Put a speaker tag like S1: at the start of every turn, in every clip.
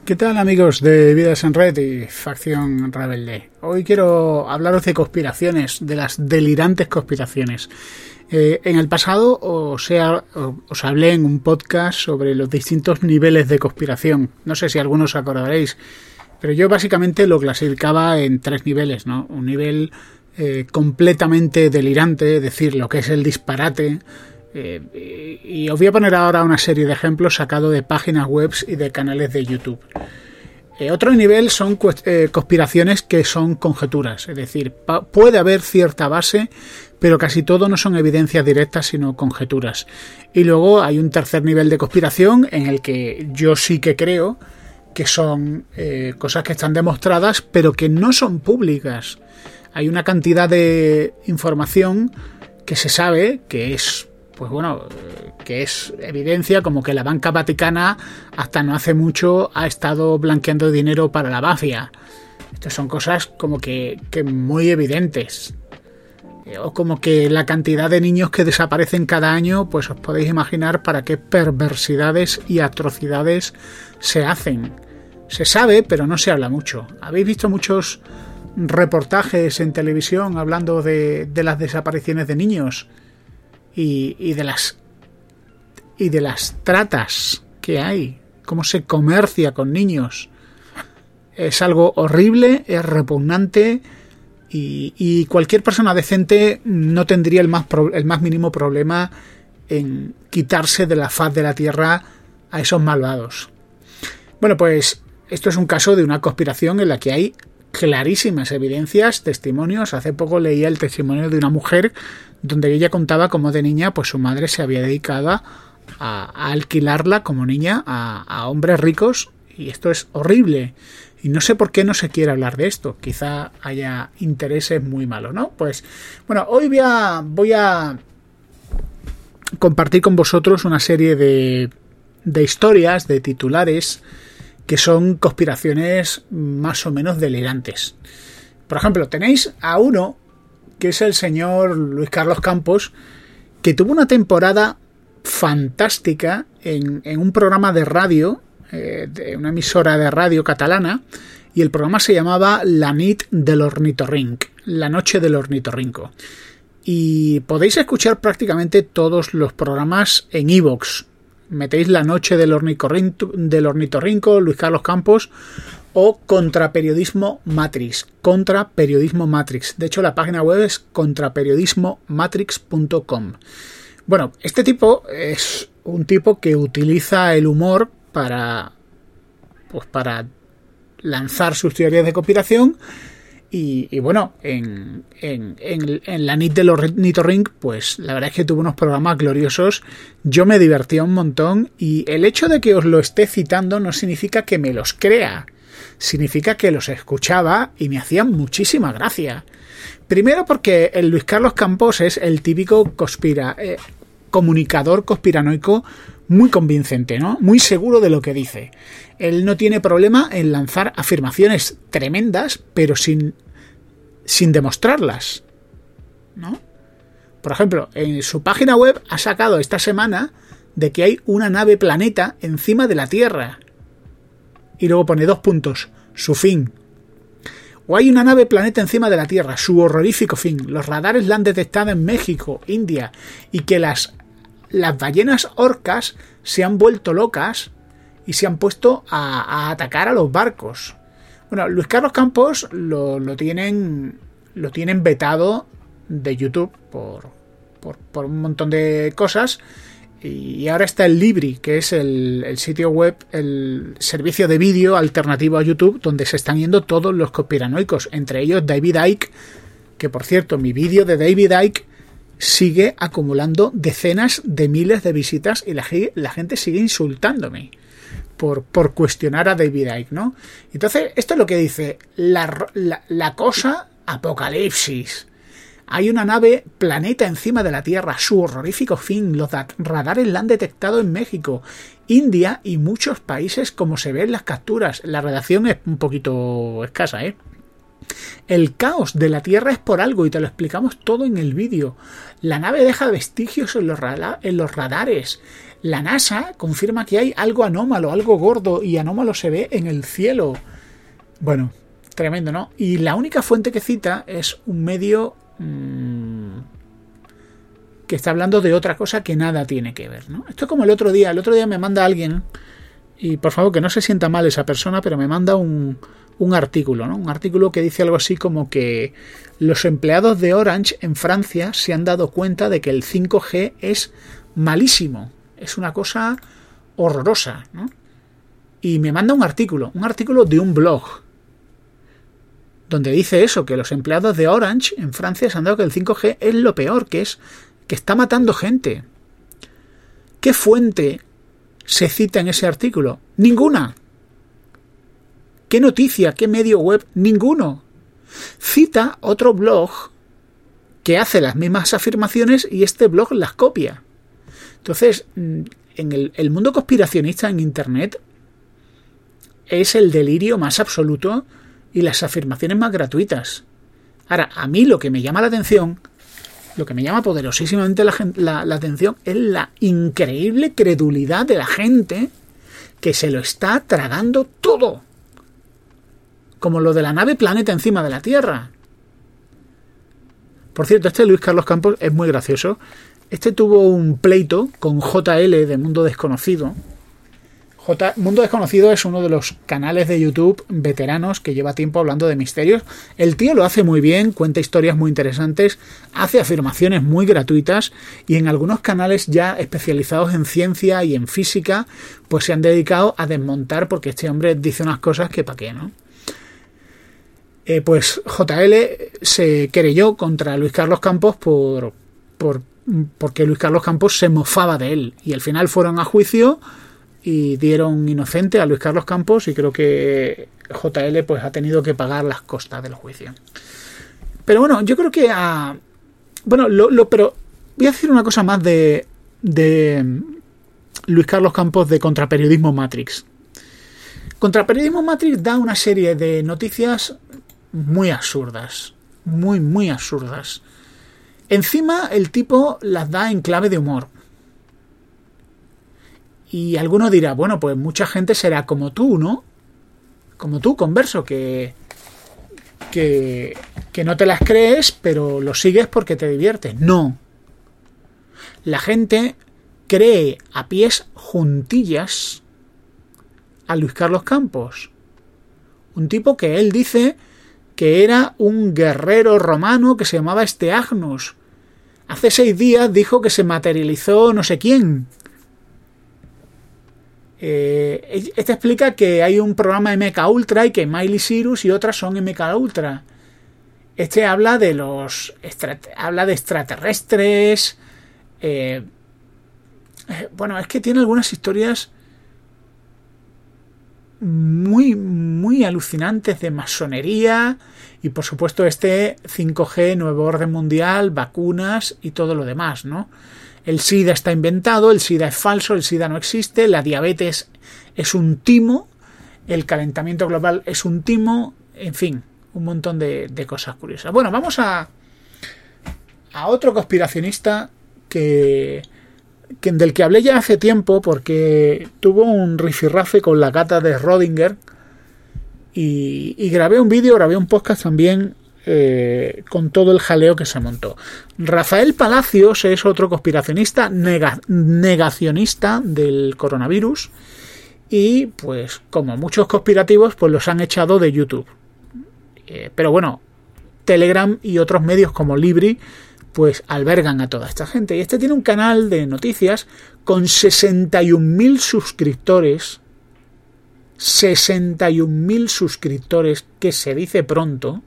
S1: ¿Qué tal, amigos de Vidas en Red y Facción Rebelde? Hoy quiero hablaros de conspiraciones, de las delirantes conspiraciones. En el pasado os hablé en un podcast sobre los distintos niveles de conspiración. No sé si algunos os acordaréis, pero yo básicamente lo clasificaba en 3 niveles, ¿no? Un nivel completamente delirante, es decir, lo que es el disparate. Y os voy a poner ahora una serie de ejemplos sacados de páginas web y de canales de YouTube. Otro nivel son conspiraciones que son conjeturas, es decir, puede haber cierta base, pero casi todo no son evidencias directas, sino conjeturas. Y luego hay un tercer nivel de conspiración en el que yo sí que creo que son cosas que están demostradas, pero que no son públicas. Hay una cantidad de información que se sabe que es, pues bueno, que es evidencia, como que la banca vaticana hasta no hace mucho ha estado blanqueando dinero para la mafia. Estas son cosas como que muy evidentes. O como que la cantidad de niños que desaparecen cada año, pues os podéis imaginar para qué perversidades y atrocidades se hacen. Se sabe, pero no se habla mucho. ¿Habéis visto muchos reportajes en televisión hablando de las desapariciones de niños? Y de las tratas que hay, cómo se comercia con niños? Es algo horrible, es repugnante, y cualquier persona decente no tendría el más mínimo problema en quitarse de la faz de la tierra a esos malvados. Bueno, pues esto es un caso de una conspiración en la que hay clarísimas evidencias, testimonios. Hace poco leía el testimonio de una mujer donde ella contaba cómo de niña pues su madre se había dedicado a alquilarla como niña a hombres ricos, y esto es horrible y no sé por qué no se quiere hablar de esto. Quizá haya intereses muy malos, ¿no? Pues bueno, hoy voy a compartir con vosotros una serie de historias, de titulares que son conspiraciones más o menos delirantes. Por ejemplo, tenéis a uno que es el señor Luis Carlos Campos, que tuvo una temporada fantástica en un programa de radio, de una emisora de radio catalana, y el programa se llamaba La nit de l'ornitorrinc, la noche del ornitorrinco. Y podéis escuchar prácticamente todos los programas en iVoox. Metéis La noche del ornitorrinco, Luis Carlos Campos, o Contraperiodismo Matrix. Contraperiodismo Matrix. De hecho, la página web es contraperiodismomatrix.com. Bueno, este tipo es un tipo que utiliza el humor para lanzar sus teorías de conspiración. Y bueno, en la nit del ornitorrinc, pues la verdad es que tuvo unos programas gloriosos. Yo me divertía un montón, y el hecho de que os lo esté citando no significa que me los crea. Significa que los escuchaba y me hacían muchísima gracia. Primero porque el Luis Carlos Campos es el típico comunicador conspiranoico muy convincente, ¿no? Muy seguro de lo que dice. Él no tiene problema en lanzar afirmaciones tremendas, pero sin demostrarlas, ¿no? Por ejemplo, en su página web ha sacado esta semana de que hay una nave planeta encima de la Tierra. Y luego pone 2 puntos, su fin. O hay una nave planeta encima de la Tierra, su horrorífico fin. Los radares la han detectado en México, India, y que las ballenas orcas se han vuelto locas y se han puesto a atacar a los barcos. Bueno, Luis Carlos Campos lo tienen vetado de YouTube por un montón de cosas, y ahora está el Libri, que es el sitio web, el servicio de vídeo alternativo a YouTube, donde se están yendo todos los conspiranoicos, entre ellos David Icke, que por cierto, mi vídeo de David Icke sigue acumulando decenas de miles de visitas, y la gente sigue insultándome por cuestionar a David Icke, ¿no? Entonces, esto es lo que dice la cosa apocalipsis. Hay una nave planeta encima de la Tierra, su horrorífico fin. Los radares la han detectado en México, India y muchos países, como se ve en las capturas. La redacción es un poquito escasa, ¿eh? El caos de la Tierra es por algo y te lo explicamos todo en el vídeo. La nave deja vestigios en los radares. La NASA confirma que hay algo anómalo, algo gordo, y anómalo se ve en el cielo. Bueno, tremendo, ¿no? Y la única fuente que cita es un medio que está hablando de otra cosa que nada tiene que ver, ¿no? Esto es como el otro día me manda alguien, y por favor que no se sienta mal esa persona, pero me manda un artículo, ¿no? Un artículo que dice algo así como que los empleados de Orange en Francia se han dado cuenta de que el 5G es malísimo, es una cosa horrorosa, ¿no? Y me manda un artículo de un blog donde dice eso, que los empleados de Orange en Francia se han dado que el 5G es lo peor, que está matando gente. ¿Qué fuente se cita en ese artículo? Ninguna. ¿Qué noticia? ¿Qué medio web? Ninguno. Cita otro blog que hace las mismas afirmaciones y este blog las copia. Entonces, en el mundo conspiracionista en Internet es el delirio más absoluto y las afirmaciones más gratuitas. Ahora, a mí lo que me llama la atención, lo que me llama poderosísimamente la atención es la increíble credulidad de la gente que se lo está tragando todo. Como lo de la nave Planeta encima de la Tierra. Por cierto, este Luis Carlos Campos es muy gracioso. Este tuvo un pleito con JL de Mundo Desconocido. Mundo Desconocido es uno de los canales de YouTube veteranos que lleva tiempo hablando de misterios. El tío lo hace muy bien, cuenta historias muy interesantes, hace afirmaciones muy gratuitas y en algunos canales ya especializados en ciencia y en física pues se han dedicado a desmontar, porque este hombre dice unas cosas que pa' qué, ¿no? Pues JL se querelló contra Luis Carlos Campos porque Luis Carlos Campos se mofaba de él y al final fueron a juicio y dieron inocente a Luis Carlos Campos y creo que JL pues ha tenido que pagar las costas del juicio. Pero bueno, yo creo que pero voy a decir una cosa más de Luis Carlos Campos de Contraperiodismo Matrix. Contraperiodismo Matrix da una serie de noticias muy absurdas, muy absurdas. Encima el tipo las da en clave de humor. Y alguno dirá, bueno, pues mucha gente será como tú, ¿no? Como tú, converso, que no te las crees, pero lo sigues porque te diviertes. No. La gente cree a pies juntillas a Luis Carlos Campos. Un tipo que él dice que era un guerrero romano que se llamaba Esteagnus. Hace 6 días dijo que se materializó no sé quién. Este explica que hay un programa MK Ultra y que Miley Cyrus y otras son MK Ultra. Este habla de habla de extraterrestres. Bueno, es que tiene algunas historias muy alucinantes de masonería y por supuesto 5G, nuevo orden mundial, vacunas y todo lo demás, ¿no? El SIDA está inventado, el SIDA es falso, el SIDA no existe, la diabetes es un timo, el calentamiento global es un timo, en fin, un montón de cosas curiosas. Bueno, vamos a otro conspiracionista del que hablé ya hace tiempo porque tuvo un rifirrafe con la gata de Schrödinger y grabé un vídeo, grabé un podcast también con todo el jaleo que se montó. Rafael Palacios es otro conspiracionista negacionista del coronavirus y pues como muchos conspirativos pues los han echado de YouTube. Pero bueno, Telegram y otros medios como Libri pues albergan a toda esta gente. Y este tiene un canal de noticias con 61.000 suscriptores. 61.000 suscriptores, que se dice pronto.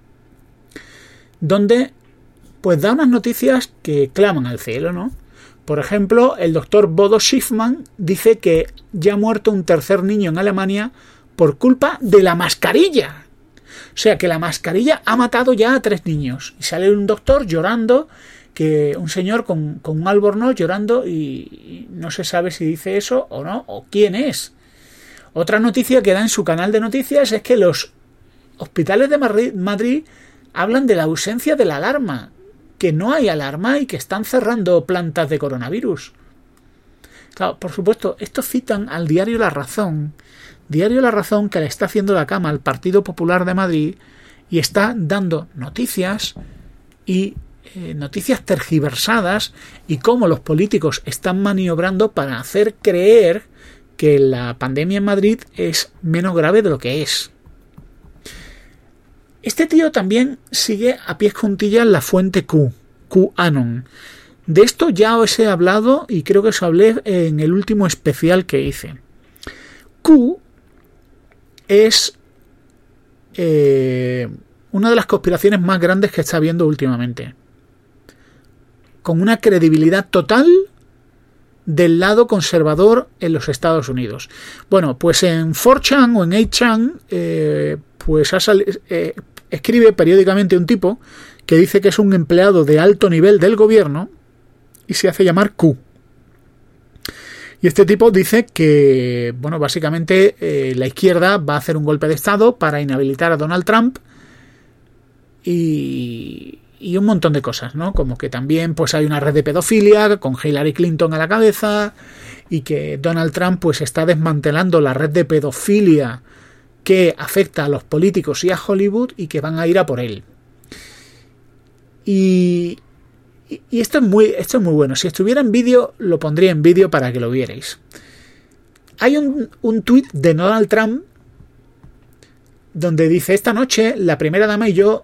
S1: Donde pues da unas noticias que claman al cielo, ¿no? Por ejemplo, el doctor Bodo Schiffman dice que ya ha muerto un tercer niño en Alemania por culpa de la mascarilla. O sea que la mascarilla ha matado ya a 3 niños. Y sale un doctor llorando, un señor con un albornoz llorando y no se sabe si dice eso o no, o quién es. Otra noticia que da en su canal de noticias es que los hospitales de Madrid hablan de la ausencia de la alarma, que no hay alarma y que están cerrando plantas de coronavirus. Claro, por supuesto, estos citan al diario La Razón. Diario La Razón, que le está haciendo la cama al Partido Popular de Madrid y está dando noticias y noticias tergiversadas y cómo los políticos están maniobrando para hacer creer que la pandemia en Madrid es menos grave de lo que es. Este tío también sigue a pies juntillas la fuente QAnon. De esto ya os he hablado y creo que os hablé en el último especial que hice. Q es una de las conspiraciones más grandes que está habiendo últimamente, con una credibilidad total del lado conservador en los Estados Unidos. Bueno, pues en 4chan o en 8chan pues escribe periódicamente un tipo que dice que es un empleado de alto nivel del gobierno y se hace llamar Q. Y este tipo dice que, bueno, básicamente la izquierda va a hacer un golpe de estado para inhabilitar a Donald Trump y un montón de cosas, ¿no? Como que también pues hay una red de pedofilia con Hillary Clinton a la cabeza y que Donald Trump pues está desmantelando la red de pedofilia que afecta a los políticos y a Hollywood y que van a ir a por él. Y esto es muy bueno. Si estuviera en vídeo, lo pondría en vídeo para que lo vierais. Hay un tuit de Donald Trump donde dice: esta noche la primera dama y yo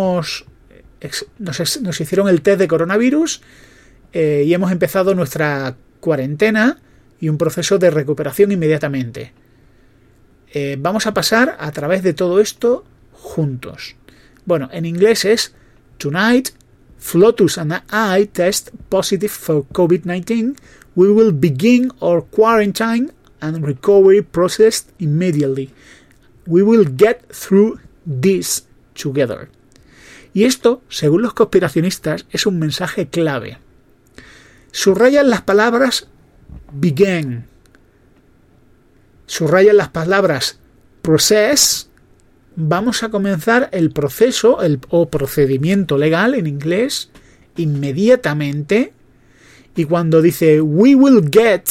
S1: nos hicieron el test de coronavirus y hemos empezado nuestra cuarentena y un proceso de recuperación inmediatamente. Vamos a pasar a través de todo esto juntos. Bueno, en inglés es: Tonight, Flotus and I test positive for COVID-19. We will begin our quarantine and recovery process immediately. We will get through this together. Y esto, según los conspiracionistas, es un mensaje clave. Subrayan las palabras begin. Subrayan las palabras process. Vamos a comenzar el proceso o procedimiento legal en inglés inmediatamente. Y cuando dice we will get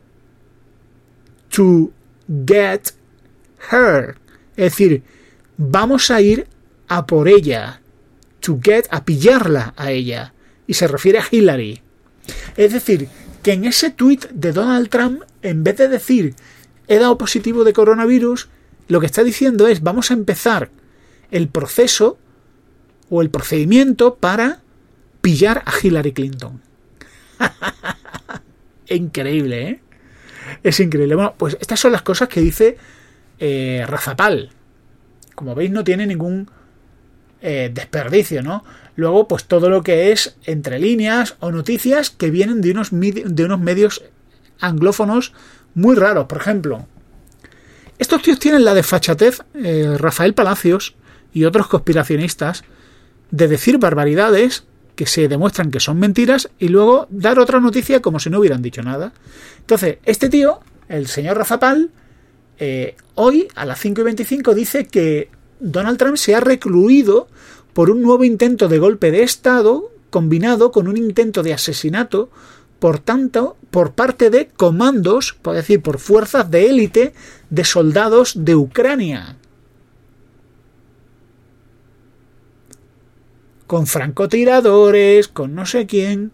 S1: to get her, es decir, vamos a ir a por ella, to get, a pillarla a ella, y se refiere a Hillary. Es decir, que en ese tuit de Donald Trump, en vez de decir he dado positivo de coronavirus, lo que está diciendo es vamos a empezar el proceso o el procedimiento para pillar a Hillary Clinton. Increíble, ¿eh? Es increíble. Bueno, pues estas son las cosas que dice Razapal. Como veis, no tiene ningún desperdicio, ¿no? Luego, pues todo lo que es entre líneas o noticias que vienen de unos medios anglófonos muy raros. Por ejemplo, estos tíos tienen la desfachatez, Rafael Palacios y otros conspiracionistas, de decir barbaridades que se demuestran que son mentiras y luego dar otra noticia como si no hubieran dicho nada. Entonces, este tío, el señor Razapal, hoy a las 5:25 dice que Donald Trump se ha recluido por un nuevo intento de golpe de Estado combinado con un intento de asesinato, por tanto, por parte de comandos, por decir, por fuerzas de élite de soldados de Ucrania. Con francotiradores, con no sé quién.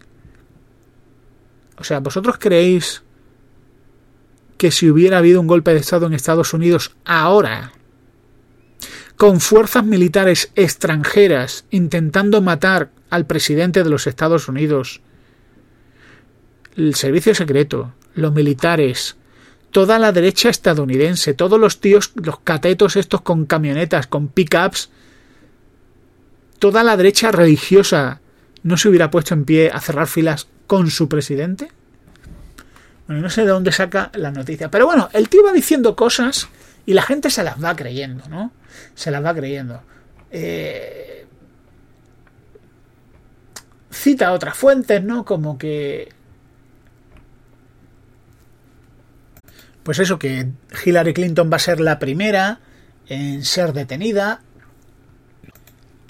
S1: O sea, ¿vosotros creéis que si hubiera habido un golpe de Estado en Estados Unidos ahora, con fuerzas militares extranjeras intentando matar al presidente de los Estados Unidos, el servicio secreto, los militares, toda la derecha estadounidense, todos los tíos, los catetos estos con camionetas, con pick-ups, toda la derecha religiosa no se hubiera puesto en pie a cerrar filas con su presidente? Bueno, no sé de dónde saca la noticia. Pero bueno, el tío va diciendo cosas y la gente se las va creyendo, ¿no? Se las va creyendo. Cita otras fuentes, ¿no? Como que... pues eso, que Hillary Clinton va a ser la primera en ser detenida.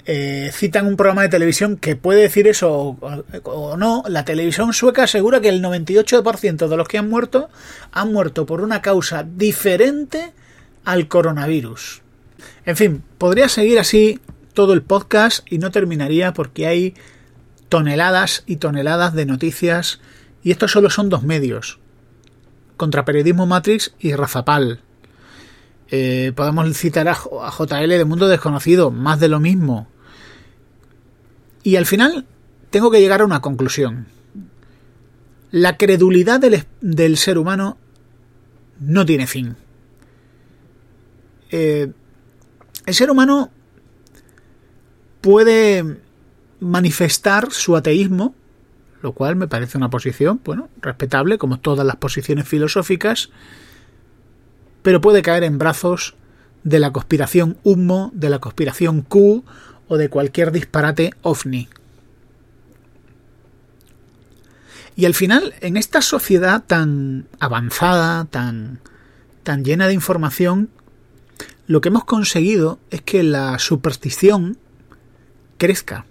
S1: citan un programa de televisión que puede decir eso o no. La televisión sueca asegura que el 98% de los que han muerto por una causa diferente al coronavirus. En fin, podría seguir así todo el podcast y no terminaría porque hay toneladas y toneladas de noticias, y estos solo son 2 medios: Contraperiodismo Matrix y Razapal. Podemos citar a JL de Mundo Desconocido, más de lo mismo. Y al final tengo que llegar a una conclusión. La credulidad del ser humano no tiene fin. El ser humano puede manifestar su ateísmo, lo cual me parece una posición, bueno, respetable, como todas las posiciones filosóficas, pero puede caer en brazos de la conspiración Humo, de la conspiración Q o de cualquier disparate ovni. Y al final, en esta sociedad tan avanzada, tan llena de información, lo que hemos conseguido es que la superstición crezca.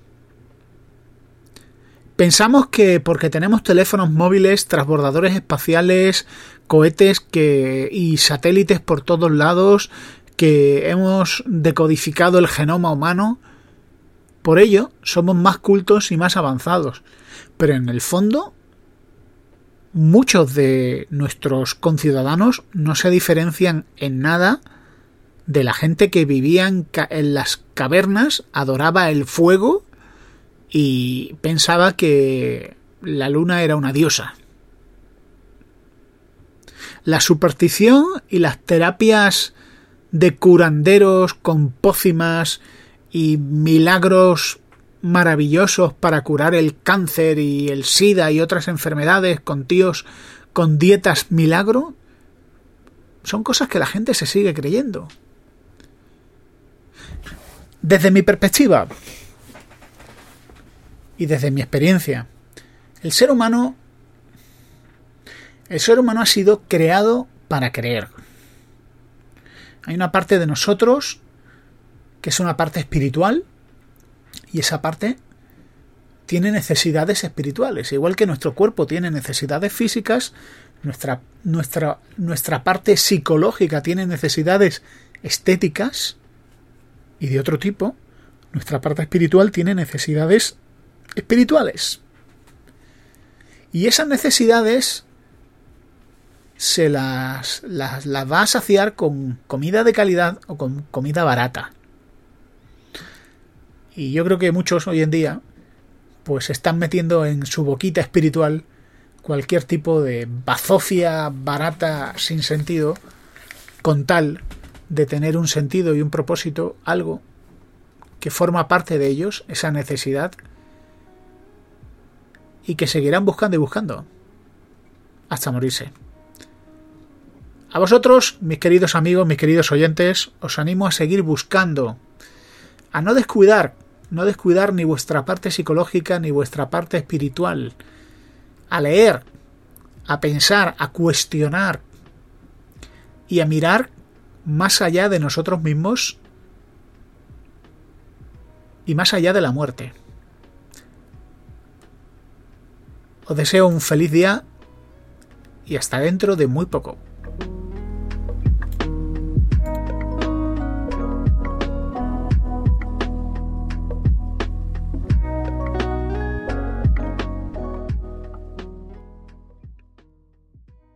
S1: Pensamos que porque tenemos teléfonos móviles, transbordadores espaciales, cohetes y satélites por todos lados, que hemos decodificado el genoma humano, por ello somos más cultos y más avanzados. Pero en el fondo, muchos de nuestros conciudadanos no se diferencian en nada de la gente que vivía en las cavernas, adoraba el fuego y pensaba que la luna era una diosa. La superstición y las terapias de curanderos con pócimas y milagros maravillosos para curar el cáncer y el SIDA y otras enfermedades con tíos con dietas milagro, son cosas que la gente se sigue creyendo. Desde mi perspectiva y desde mi experiencia, el ser humano ha sido creado para creer. Hay una parte de nosotros que es una parte espiritual, y esa parte tiene necesidades espirituales. Igual que nuestro cuerpo tiene necesidades físicas, nuestra parte psicológica tiene necesidades estéticas y de otro tipo. Nuestra parte espiritual tiene necesidades espirituales. Y esas necesidades se las va a saciar con comida de calidad o con comida barata. Y yo creo que muchos hoy en día pues están metiendo en su boquita espiritual cualquier tipo de bazofia barata sin sentido, con tal de tener un sentido y un propósito, algo que forma parte de ellos, esa necesidad, y que seguirán buscando y buscando hasta morirse. A vosotros, mis queridos amigos, mis queridos oyentes, os animo a seguir buscando, a no descuidar ni vuestra parte psicológica ni vuestra parte espiritual, a leer, a pensar, a cuestionar y a mirar más allá de nosotros mismos y más allá de la muerte. Os deseo un feliz día y hasta dentro de muy poco.